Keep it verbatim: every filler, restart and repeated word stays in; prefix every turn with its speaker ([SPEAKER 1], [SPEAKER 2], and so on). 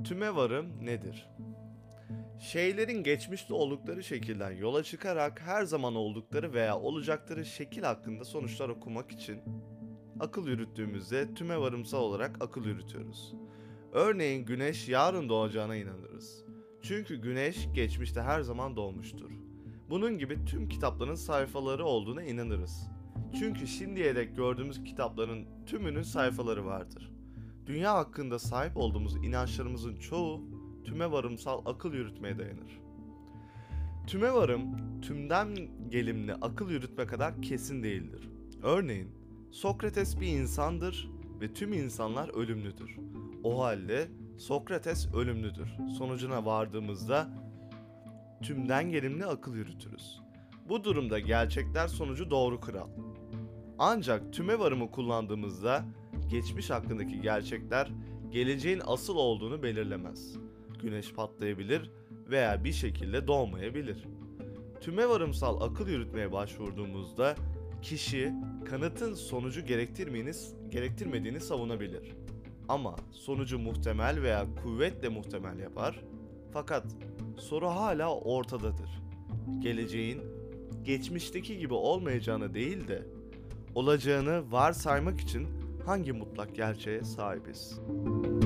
[SPEAKER 1] Tümevarım nedir? Şeylerin geçmişte oldukları şekilden yola çıkarak her zaman oldukları veya olacakları şekil hakkında sonuçlar okumak için akıl yürüttüğümüzde tümevarımsal olarak akıl yürütüyoruz. Örneğin güneş yarın doğacağına inanırız. Çünkü güneş geçmişte her zaman doğmuştur. Bunun gibi tüm kitapların sayfaları olduğuna inanırız. Çünkü şimdiye dek gördüğümüz kitapların tümünün sayfaları vardır. Dünya hakkında sahip olduğumuz inançlarımızın çoğu tümevarımsal akıl yürütmeye dayanır. Tümevarım, tümden gelimli akıl yürütme kadar kesin değildir. Örneğin, Sokrates bir insandır ve tüm insanlar ölümlüdür. O halde Sokrates ölümlüdür. Sonucuna vardığımızda tümden gelimli akıl yürütürüz. Bu durumda gerçekler sonucu doğru kırar. Ancak tümevarımı kullandığımızda geçmiş hakkındaki gerçekler geleceğin asıl olduğunu belirlemez. Güneş patlayabilir veya bir şekilde doğmayabilir. Tümevarımsal akıl yürütmeye başvurduğumuzda kişi kanıtın sonucu gerektirmediğini savunabilir. Ama sonucu muhtemel veya kuvvetle muhtemel yapar. Fakat soru hala ortadadır. Geleceğin geçmişteki gibi olmayacağını değil de olacağını varsaymak için hangi mutlak gerçeğe sahibiz?